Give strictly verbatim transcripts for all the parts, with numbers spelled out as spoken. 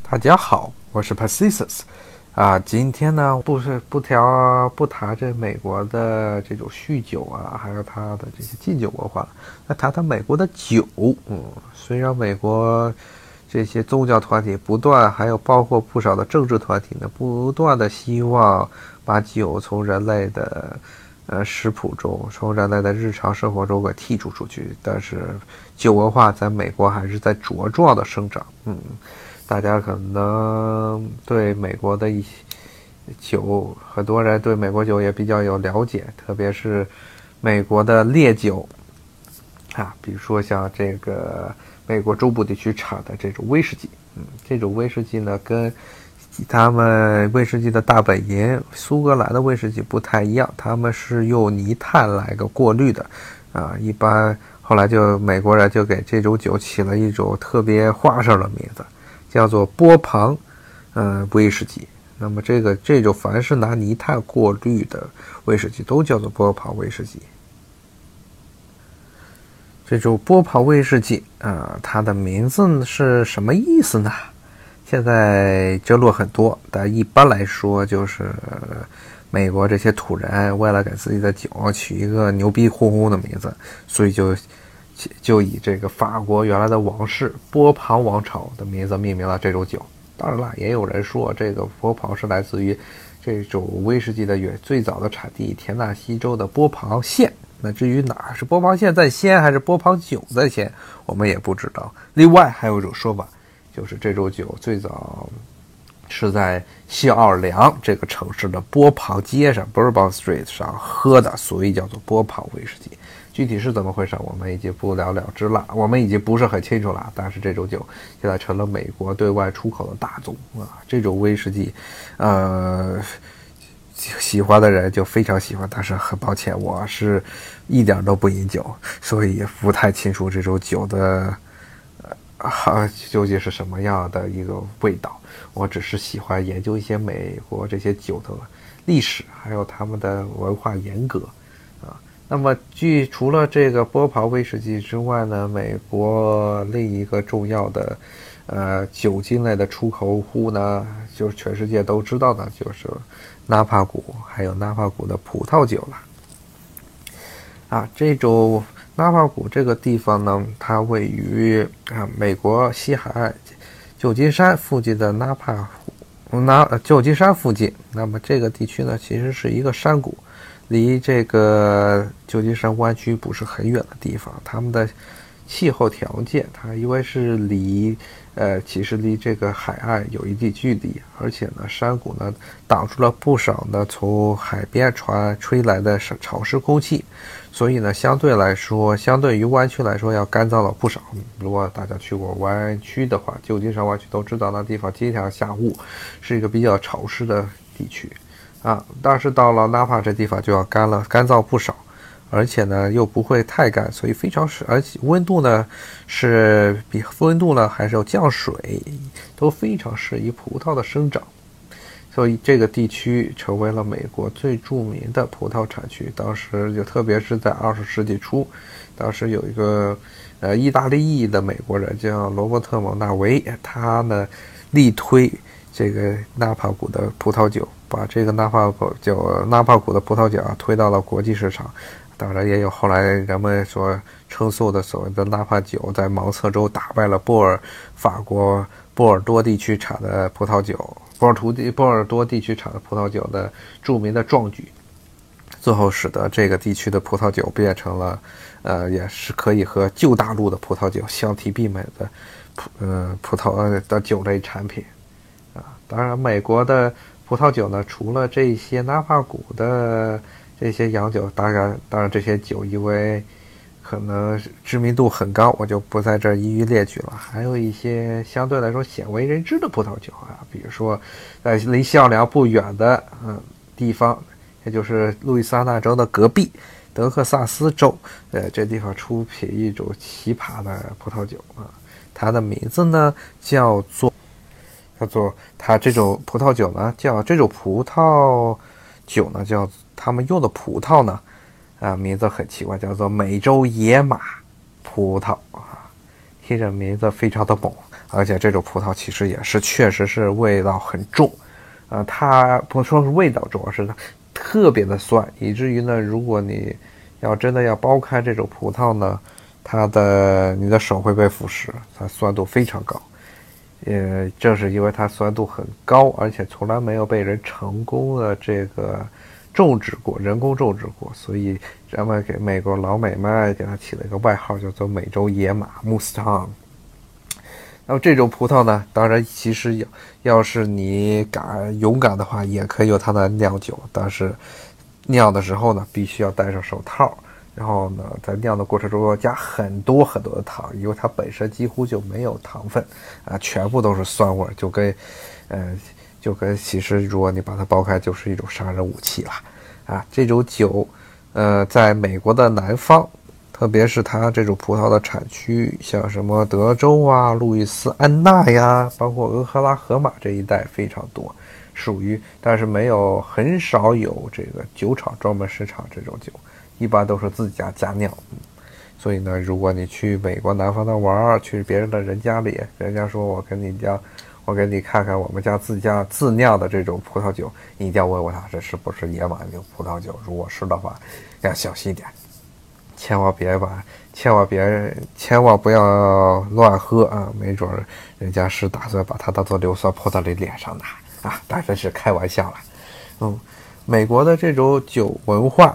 大家好，我是 Pacisus 啊。今天呢，不是不调不谈这美国的这种酗酒啊，还有它的这些禁酒文化，那谈谈美国的酒。嗯，虽然美国这些宗教团体不断，还有包括不少的政治团体呢，不断的希望把酒从人类的呃食谱中，从人类的日常生活中给剔除出去，但是酒文化在美国还是在茁壮的生长。嗯。大家可能对美国的一些酒，很多人对美国酒也比较有了解，特别是美国的烈酒啊，比如说像这个美国中部地区产的这种威士忌，嗯，这种威士忌呢跟他们威士忌的大本营苏格兰的威士忌不太一样，他们是用泥炭来个过滤的啊，一般后来就美国人就给这种酒起了一种特别花哨的名字。叫做波旁，呃，威士忌。那么这个这种凡是拿泥炭过滤的威士忌，都叫做波旁威士忌。这种波旁威士忌啊、呃，它的名字是什么意思呢？现在争论很多，但一般来说就是、呃、美国这些土人为了给自己的酒取一个牛逼哄哄的名字，所以就。就以这个法国原来的王室波旁王朝的名字命名了这种酒。当然了，也有人说这个波旁是来自于这种威士忌的原最早的产地田纳西州的波旁县。那至于哪是波旁县在先还是波旁酒在先，我们也不知道。另外还有一种说法，就是这种酒最早是在西奥尔良这个城市的波旁街上 Bourbon Street 上喝的，所以叫做波旁威士忌。具体是怎么回事，我们已经不了了之了，我们已经不是很清楚了。但是这种酒现在成了美国对外出口的大宗啊！这种威士忌，呃，喜欢的人就非常喜欢，但是很抱歉，我是一点都不饮酒，所以也不太清楚这种酒的呃究竟是什么样的一个味道。我只是喜欢研究一些美国这些酒的历史，还有他们的文化严格。那么据除了这个波旁威士忌之外呢，美国另一个重要的呃酒精类的出口户呢，就是全世界都知道的，就是纳帕谷，还有纳帕谷的葡萄酒了。啊，这种纳帕谷这个地方呢，它位于啊美国西海岸旧金山附近的纳帕湖，纳旧金山附近。那么这个地区呢，其实是一个山谷。离这个旧金山湾区不是很远的地方，他们的气候条件，它因为是离呃，其实离这个海岸有一定距离，而且呢，山谷呢挡住了不少呢从海边传吹来的潮湿空气，所以呢，相对来说，相对于湾区来说要干燥了不少。如果大家去过湾区的话，旧金山湾区都知道那地方经常下雾，是一个比较潮湿的地区。啊，但是到了纳帕这地方就要干了，干燥不少，而且呢又不会太干，所以非常适，而且温度呢是比温度呢还是有降水，都非常适宜葡萄的生长，所以这个地区成为了美国最著名的葡萄产区。当时就特别是在二十世纪初，当时有一个呃意大利裔的美国人叫罗伯特·蒙纳维，他呢力推这个纳帕谷的葡萄酒，把这个纳帕谷酒、纳帕谷的葡萄酒啊推到了国际市场。当然，也有后来人们所称颂的所谓的纳帕酒，在盲测州打败了波尔法国波尔多地区产的葡萄酒，波尔图地波尔多地区产的葡萄酒的著名的壮举，最后使得这个地区的葡萄酒变成了，呃，也是可以和旧大陆的葡萄酒相提并美的葡呃葡萄的酒类产品。当然，美国的葡萄酒呢，除了这些纳帕谷的这些洋酒，当然，当然这些酒因为可能知名度很高，我就不在这儿一一列举了。还有一些相对来说鲜为人知的葡萄酒啊，比如说在离西奥尔良不远的嗯地方，也就是路易斯安那州的隔壁德克萨斯州，呃，这地方出品一种奇葩的葡萄酒啊，它的名字呢叫做。叫做它这种葡萄酒呢，叫这种葡萄酒呢，叫他们用的葡萄呢，啊，名字很奇怪，叫做美洲野马葡萄啊，听着名字非常的猛而且这种葡萄其实也是确实是味道很重，呃，它不说是味道重，而是它特别的酸，以至于呢，如果你要真的要剥开这种葡萄呢，它的你的手会被腐蚀，它酸度非常高。也正是因为它酸度很高，而且从来没有被人成功的这个种植过，人工种植过，所以人们给美国老美们给它起了一个外号，叫做美洲野马 Mustang。那么这种葡萄呢，当然其实要要是你敢勇敢的话，也可以用它来酿酒，但是酿的时候呢，必须要戴上手套。然后呢，在酿的过程中要加很多很多的糖，因为它本身几乎就没有糖分啊，全部都是酸味，就跟，呃，就跟其实如果你把它剥开，就是一种杀人武器了啊。这种酒，呃，在美国的南方，特别是它这种葡萄的产区，像什么德州啊、路易斯安那呀，包括俄克拉荷马这一带非常多，属于，但是没有很少有这个酒厂专门生产这种酒。一般都是自家家酿，嗯，所以呢，如果你去美国南方的玩，去别人的人家里，人家说我跟你讲，我给你看看我们家自家自酿的这种葡萄酒，你一定要问问他这是不是野马酒葡萄酒，如果是的话，要小心点，千万别把，千万别，千万不要乱喝啊，没准人家是打算把它当做硫酸泼到你脸上的啊，当然是开玩笑了，嗯，美国的这种酒文化。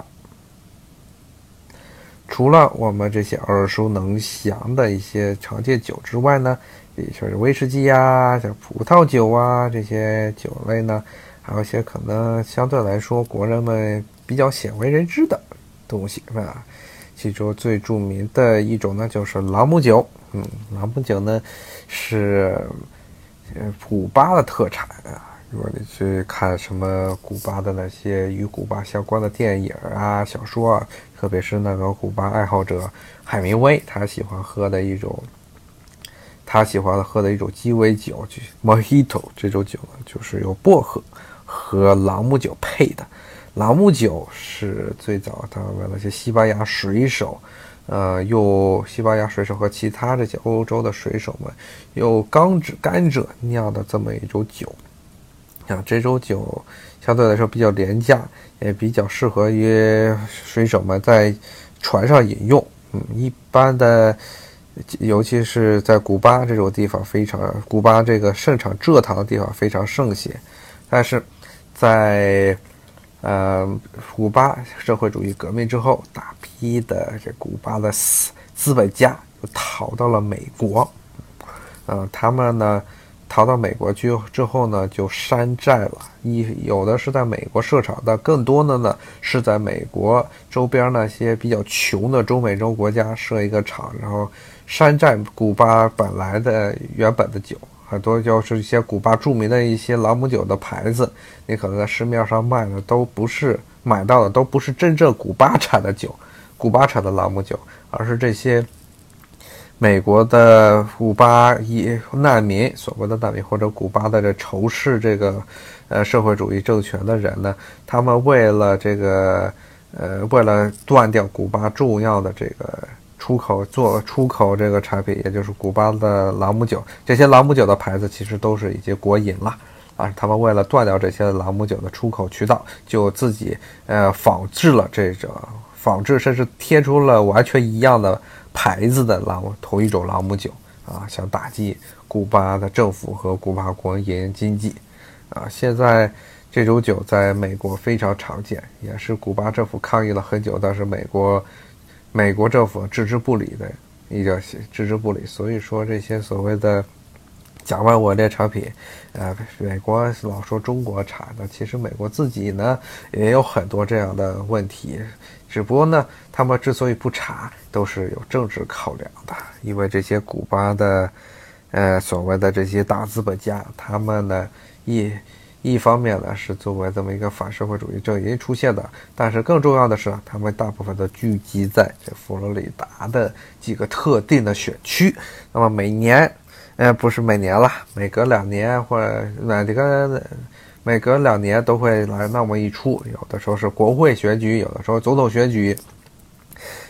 除了我们这些耳熟能详的一些常见酒之外呢，比如说是威士忌啊、像葡萄酒啊这些酒类呢，还有一些可能相对来说国人们比较鲜为人知的东西啊。其中最著名的一种呢就是朗姆酒，嗯，朗姆酒呢是呃古巴的特产啊。如果你去看什么古巴的那些与古巴相关的电影啊、小说啊，特别是那个古巴爱好者海明威，他喜欢喝的一种，他喜欢喝的一种鸡尾酒，就 Mojito 这种酒呢，就是由薄荷和朗姆酒配的。朗姆酒是最早他们那些西班牙水手，呃，用西班牙水手和其他这些欧洲的水手们用甘蔗甘蔗酿的这么一种酒。啊，这种酒相对来说比较廉价，也比较适合于水手们在船上饮用。嗯，一般的，尤其是在古巴这种地方非常，古巴这个盛产蔗糖的地方非常盛行。但是在呃古巴社会主义革命之后，大批的这古巴的资本家就逃到了美国。呃，他们呢。逃到美国去之后呢，就山寨了。一有的是在美国设厂，但更多的呢是在美国周边那些比较穷的中美洲国家设一个厂，然后山寨古巴本来的原本的酒，很多就是一些古巴著名的一些朗姆酒的牌子，你可能在市面上卖的都不是买到的都不是真正古巴产的酒，古巴产的朗姆酒，而是这些。美国的古巴一难民，所谓的难民或者古巴的这仇视这个呃社会主义政权的人呢，他们为了这个呃为了断掉古巴重要的这个出口做出口这个产品，也就是古巴的朗姆酒，这些朗姆酒的牌子其实都是已经国营了啊。他们为了断掉这些朗姆酒的出口渠道，就自己呃仿制了这种仿制，甚至贴出了完全一样的。牌子的朗姆同一种朗姆酒啊，想打击古巴的政府和古巴国营经济啊。现在这种酒在美国非常常见，也是古巴政府抗议了很久，但是美国美国政府置之不理的一个置之不理。所以说这些所谓的假外国劣产品，呃，美国老说中国产的，其实美国自己呢也有很多这样的问题。只不过呢，他们之所以不查，都是有政治考量的。因为这些古巴的，呃，所谓的这些大资本家，他们呢，一一方面呢是作为这么一个反社会主义阵营出现的，但是更重要的是，他们大部分都聚集在这佛罗里达的几个特定的选区。那么每年，呃，不是每年了，每隔两年或者哪个。每隔两年都会来那么一出，有的时候是国会选举，有的时候总统选举。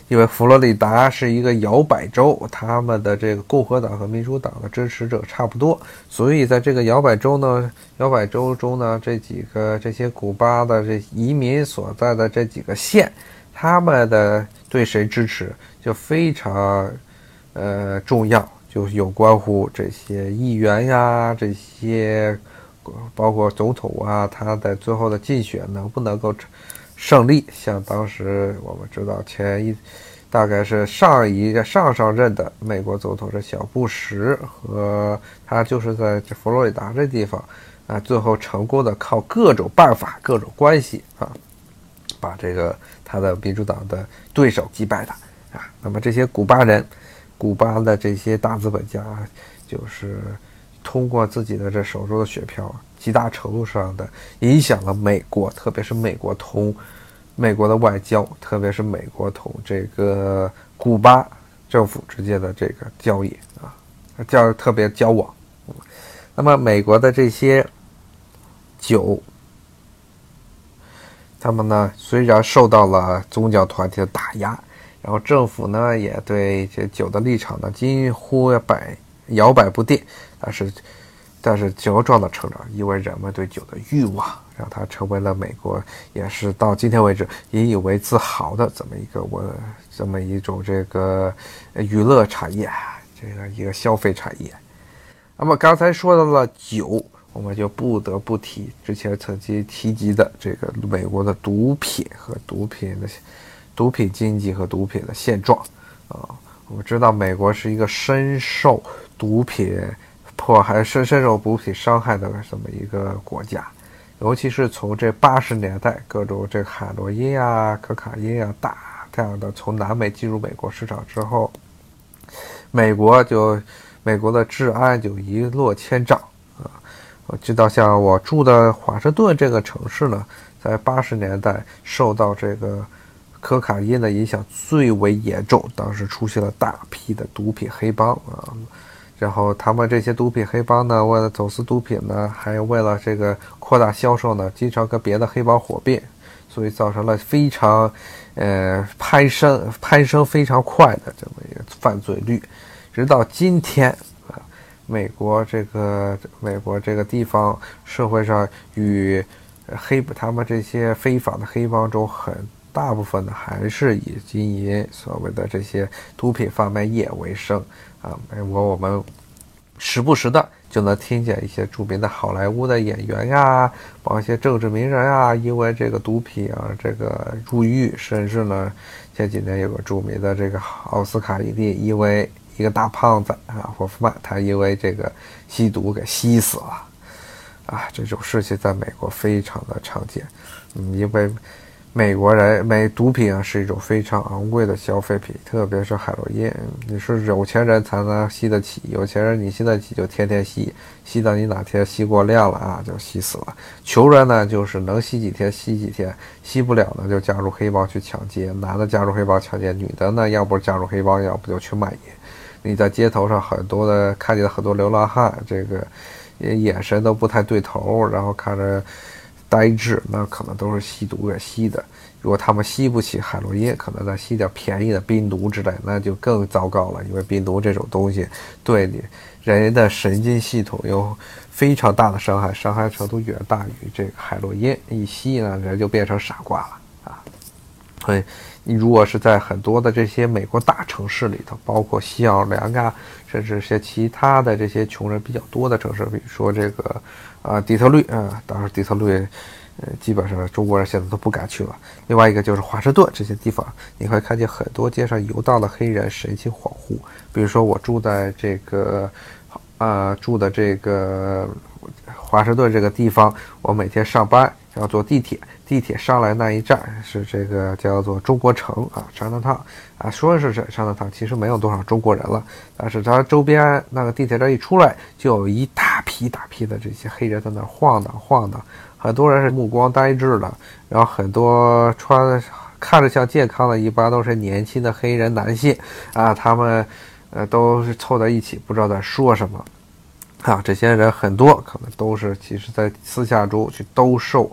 因为佛罗里达是一个摇摆州，他们的这个共和党和民主党的支持者差不多，所以在这个摇摆州呢，摇摆州中呢，这几个这些古巴的这移民所在的这几个县，他们的对谁支持就非常呃重要，就有关乎这些议员呀，这些包括总统啊，他的最后的竞选能不能够胜利。像当时我们知道前一大概是上一上上任的美国总统是小布什，和他就是在这佛罗里达这地方啊，最后成功的靠各种办法各种关系啊，把这个他的民主党的对手击败的啊。那么这些古巴人古巴的这些大资本家就是通过自己的这手中的雪票，极大程度上的影响了美国，特别是美国同美国的外交，特别是美国同这个古巴政府之间的这个交易啊，交特别交往。那么美国的这些酒，他们呢虽然受到了宗教团体的打压，然后政府呢也对这酒的立场呢几乎摆摇摆不定，但是但是茁壮的成长，因为人们对酒的欲望，让它成为了美国也是到今天为止引以为自豪的这么一个我这么一种这个娱乐产业，这个一个消费产业。那么刚才说到了酒，我们就不得不提之前曾经提及的这个美国的毒品和毒品的毒品经济和毒品的现状啊。我们知道美国是一个深受毒品迫害、深深受毒品伤害的这么一个国家，尤其是从这八十年代各种这个海洛因啊、可卡因啊大量的从南美进入美国市场之后，美国就美国的治安就一落千丈啊！我知道，像我住的华盛顿这个城市呢，在八十年代受到这个可卡因的影响最为严重，当时出现了大批的毒品黑帮啊。然后他们这些毒品黑帮呢，为了走私毒品呢，还为了这个扩大销售呢，经常跟别的黑帮火并，所以造成了非常呃攀升攀升非常快的这么一个犯罪率。直到今天啊，美国这个美国这个地方社会上与黑他们这些非法的黑帮中很大部分呢还是以经营所谓的这些毒品贩卖业为生啊。美国我们时不时的就能听见一些著名的好莱坞的演员呀，包括一些政治名人啊，因为这个毒品啊这个入狱，甚至呢前几年有个著名的这个奥斯卡影帝，因为一个大胖子啊霍夫曼，他因为这个吸毒给吸死了啊。这种事情在美国非常的常见，嗯，因为美国人美毒品啊是一种非常昂贵的消费品，特别是海洛因，你是有钱人才能吸得起，有钱人你吸得起就天天吸，吸到你哪天吸过量了啊就吸死了。穷人呢就是能吸几天吸几天，吸不了呢就加入黑帮去抢劫，男的加入黑帮抢劫，女的呢要不加入黑帮，要不就去卖淫。你在街头上很多的看见很多流浪汉，这个眼神都不太对头，然后看着呆滞，那可能都是吸毒给吸的。如果他们吸不起海洛因，可能再吸点便宜的冰毒之类，那就更糟糕了。因为冰毒这种东西对你人的神经系统有非常大的伤害，伤害程度远大于这个海洛因。一吸呢，人就变成傻瓜了啊！所以你如果是在很多的这些美国大城市里头，包括西奥良啊，甚至一些其他的这些穷人比较多的城市，比如说这个啊、呃、底特律啊、呃，当然底特律呃基本上中国人现在都不敢去了。另外一个就是华盛顿这些地方，你会看见很多街上游荡的黑人神情恍惚。比如说我住在这个呃住的这个华盛顿这个地方，我每天上班要坐地铁，地铁上来那一站是这个叫做中国城啊，Chinatown啊，说是 Chinatown，其实没有多少中国人了，但是它周边那个地铁站一出来，就有一大批大批的这些黑人在那晃荡晃荡，很多人是目光呆滞的，然后很多穿看着像健康的，一般都是年轻的黑人男性啊，他们呃都是凑在一起，不知道在说什么啊。这些人很多可能都是其实在私下中去兜售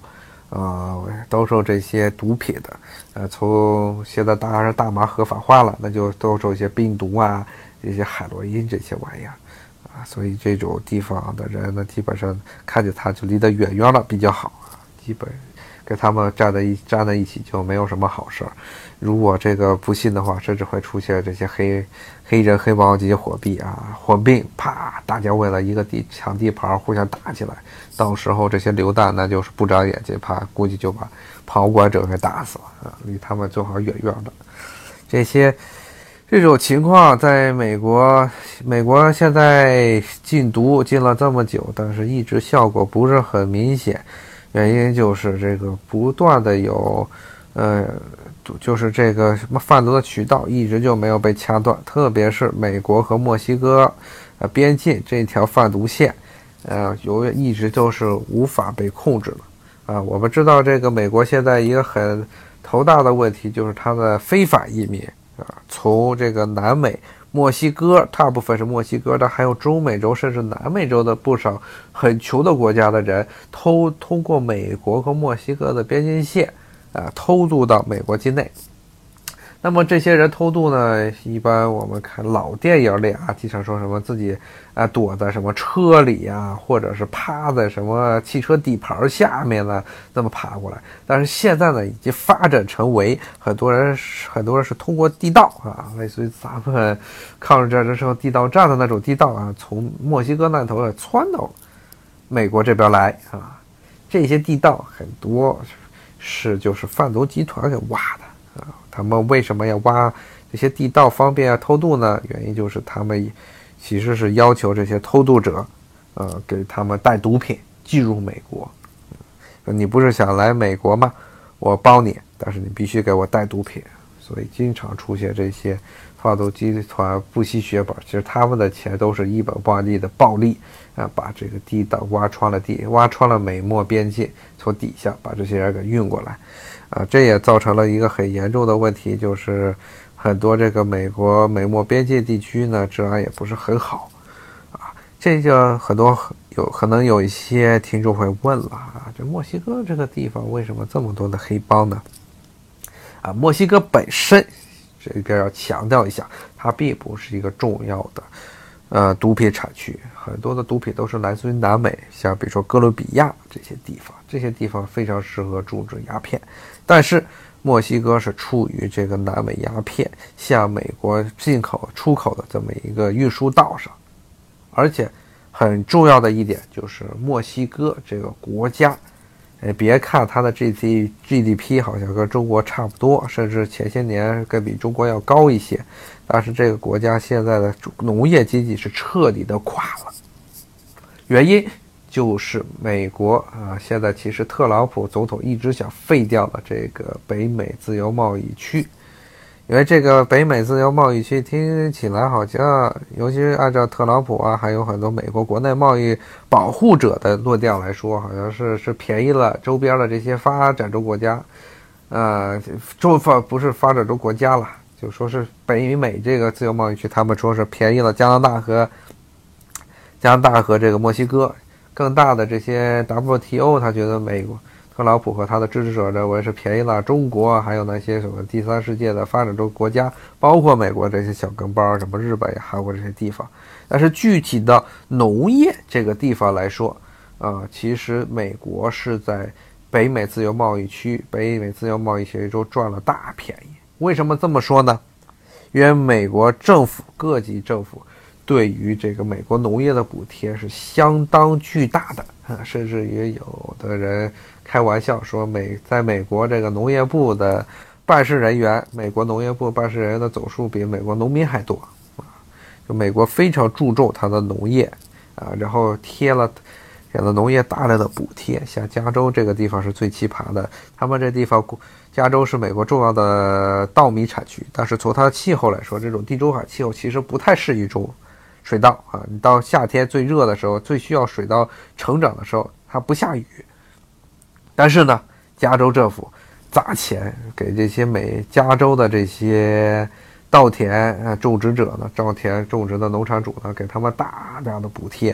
呃，兜售这些毒品的，呃，从现在当然大麻合法化了，那就兜售一些冰毒啊，这些海洛因这些玩意儿，啊，所以这种地方的人呢，基本上看见他就离得远远了比较好啊，基本跟他们站在一站在一起就没有什么好事儿。如果这个不信的话，甚至会出现这些黑黑人黑帮这些火币啊，混并，啪，大家为了一个地抢地盘互相打起来，到时候这些流弹那就是不长眼睛，怕估计就把旁观者给打死了啊，离他们最好远远的。这些这种情况在美国，美国现在禁毒禁了这么久，但是一直效果不是很明显，原因就是这个不断的有，呃。就是这个什么贩毒的渠道一直就没有被掐断，特别是美国和墨西哥呃边境这条贩毒线，呃，由于一直都是无法被控制的啊。我们知道这个美国现在一个很头大的问题就是它的非法移民啊，从这个南美墨西哥，大部分是墨西哥的，还有中美洲甚至南美洲的不少很穷的国家的人，偷通过美国和墨西哥的边境线。啊，偷渡到美国境内。那么这些人偷渡呢，一般我们看老电影里啊，经常说什么自己啊躲在什么车里啊，或者是趴在什么汽车底盘下面呢，那么爬过来。但是现在呢，已经发展成为很多人很多人是通过地道啊，类似于咱们抗日战争时候地道战的那种地道啊，从墨西哥那头窜到美国这边来啊。这些地道很多。是就是贩毒集团给挖的啊！他们为什么要挖这些地道方便偷渡呢？原因就是他们其实是要求这些偷渡者，呃，给他们带毒品进入美国。嗯、你不是想来美国吗？我帮你，但是你必须给我带毒品。所以经常出现这些贩毒集团不惜血本，其实他们的钱都是一本万利的暴利啊，把这个地道挖穿了地，挖穿了美墨边境，从底下把这些人给运过来，啊，这也造成了一个很严重的问题，就是很多这个美国美墨边界地区呢，治安也不是很好，啊，这就很多有可能有一些听众会问了啊，这墨西哥这个地方为什么这么多的黑帮呢？啊，墨西哥本身，这个要强调一下，它并不是一个重要的，呃，毒品产区。很多的毒品都是来自于南美，像比如说哥伦比亚这些地方，这些地方非常适合种植鸦片。但是墨西哥是处于这个南美鸦片向美国进口、出口的这么一个运输道上，而且很重要的一点就是墨西哥这个国家。哎，别看它的 G D G D P 好像跟中国差不多，甚至前些年更比中国要高一些，但是这个国家现在的农业经济是彻底的垮了。原因就是美国啊，现在其实特朗普总统一直想废掉了这个北美自由贸易区。因为这个北美自由贸易区听起来好像，尤其是按照特朗普啊，还有很多美国国内贸易保护者的论调来说，好像是是便宜了周边的这些发展中国家，呃，中发不是发展中国家了，就说是北美这个自由贸易区，他们说是便宜了加拿大和加拿大和这个墨西哥，更大的这些 W T O， 他觉得美国。特朗普和他的支持者认为是便宜了中国，还有那些什么第三世界的发展中国家，包括美国这些小跟班，什么日本、韩国这些地方。但是具体的农业这个地方来说，啊、呃，其实美国是在北美自由贸易区、北美自由贸易协议中赚了大便宜。为什么这么说呢？因为美国政府各级政府对于这个美国农业的补贴是相当巨大的，啊、甚至也有的人开玩笑说美在美国这个农业部的办事人员，美国农业部办事人员的总数比美国农民还多啊！就美国非常注重它的农业啊，然后贴了给了农业大量的补贴。像加州这个地方是最奇葩的，他们这地方加州是美国重要的稻米产区，但是从它的气候来说，这种地中海气候其实不太适宜种水稻啊。你到夏天最热的时候，最需要水稻成长的时候，它不下雨。但是呢，加州政府砸钱给这些美加州的这些稻田呃种植者呢，稻田种植的农场主呢，给他们大量的补贴，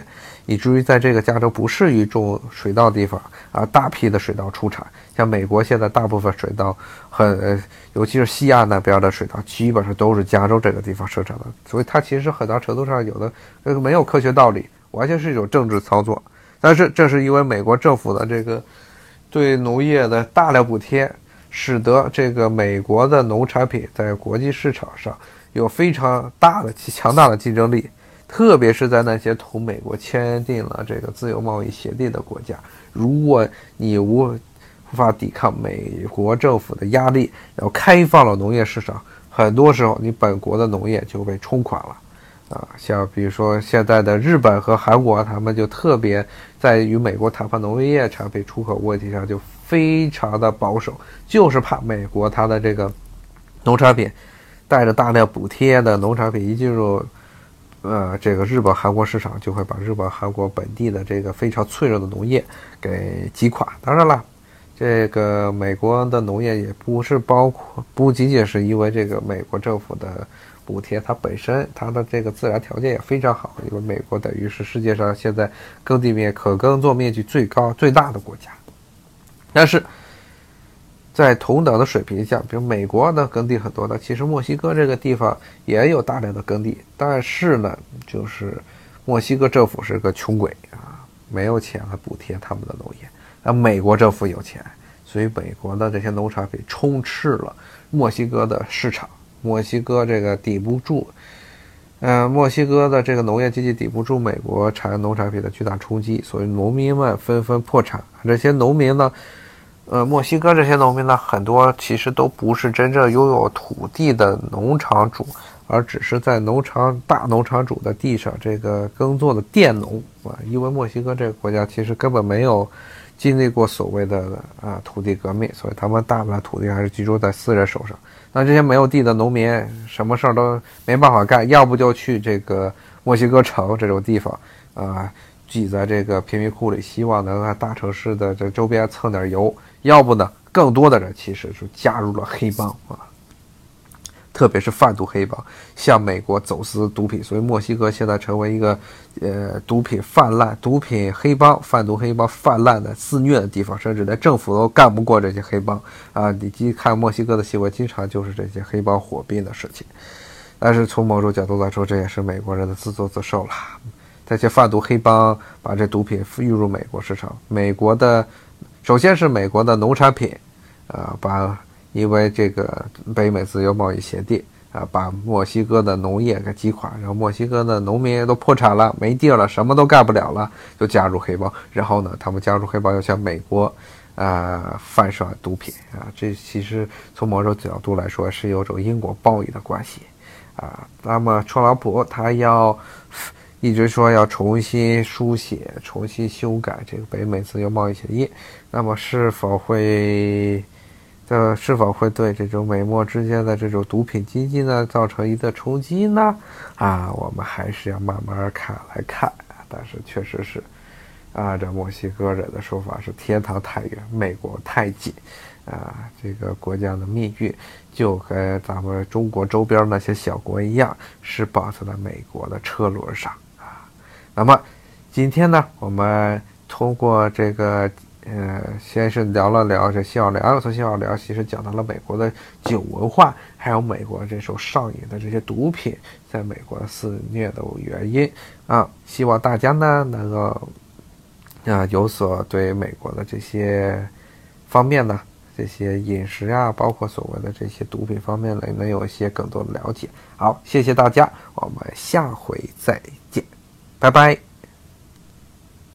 以至于在这个加州不适于种水稻地方啊，大批的水稻出产。像美国现在大部分水稻很，呃、尤其是西岸那边的水稻，基本上都是加州这个地方生产的，所以它其实很大程度上有的这个没有科学道理，完全是一种政治操作。但是正是因为美国政府的这个对农业的大量补贴，使得这个美国的农产品在国际市场上有非常大的强大的竞争力，特别是在那些同美国签订了这个自由贸易协定的国家，如果你无无法抵抗美国政府的压力，然后开放了农业市场，很多时候你本国的农业就被冲垮了。啊，像比如说现在的日本和韩国，他们就特别在与美国谈判农业产品出口问题上就非常的保守，就是怕美国它的这个农产品带着大量补贴的农产品一进入呃这个日本韩国市场，就会把日本韩国本地的这个非常脆弱的农业给击垮。当然了，这个美国的农业也不是包括不仅仅是因为这个美国政府的补贴，它本身它的这个自然条件也非常好，因为美国等于是世界上现在耕地面可耕作面积最高最大的国家。但是在同等的水平下，比如美国的耕地很多的，其实墨西哥这个地方也有大量的耕地，但是呢，就是墨西哥政府是个穷鬼啊，没有钱来补贴他们的农业。那美国政府有钱，所以美国的这些农产品充斥了墨西哥的市场。墨西哥这个抵不住，呃，墨西哥的这个农业经济抵不住美国产农产品的巨大冲击，所以农民们纷纷破产。这些农民呢，呃，墨西哥这些农民呢，很多其实都不是真正拥有土地的农场主，而只是在农场大农场主的地上这个耕作的佃农啊。因为墨西哥这个国家其实根本没有经历过所谓的啊土地革命，所以他们大部分土地还是居住在私人手上。那这些没有地的农民，什么事儿都没办法干，要不就去这个墨西哥城这种地方啊、呃，挤在这个贫民窟里，希望能在大城市的这周边蹭点油；要不呢，更多的人其实是加入了黑帮啊。特别是贩毒黑帮向美国走私毒品，所以墨西哥现在成为一个呃毒品泛滥、毒品黑帮、贩毒黑帮泛滥的肆虐的地方，甚至连政府都干不过这些黑帮啊！你去看墨西哥的新闻，经常就是这些黑帮火并的事情。但是从某种角度来说，这也是美国人的自作自受了。这些贩毒黑帮把这毒品运入美国市场，美国的首先是美国的农产品，啊、呃，把。因为这个北美自由贸易协定啊，把墨西哥的农业给击垮，然后墨西哥的农民都破产了，没地了，什么都干不了了，就加入黑帮。然后呢，他们加入黑帮又向美国啊贩售毒品啊，这其实从某种角度来说是有种因果报应的关系啊。那么特朗普他要一直说要重新书写、重新修改这个北美自由贸易协议，那么是否会？这是否会对这种美墨之间的这种毒品经济呢造成一个冲击呢？啊，我们还是要慢慢看来看。但是确实是，啊，这墨西哥人的说法是天堂太远，美国太近，啊，这个国家的命运就跟咱们中国周边那些小国一样，是绑在了美国的车轮上啊。那么今天呢，我们通过这个。呃，先是聊了聊这谢奥良，从谢奥良其实讲到了美国的酒文化，还有美国这种上瘾的这些毒品在美国肆虐的原因啊。希望大家呢能够啊有所对美国的这些方面呢，这些饮食啊，包括所谓的这些毒品方面呢，能有一些更多的了解。好，谢谢大家，我们下回再见，拜拜。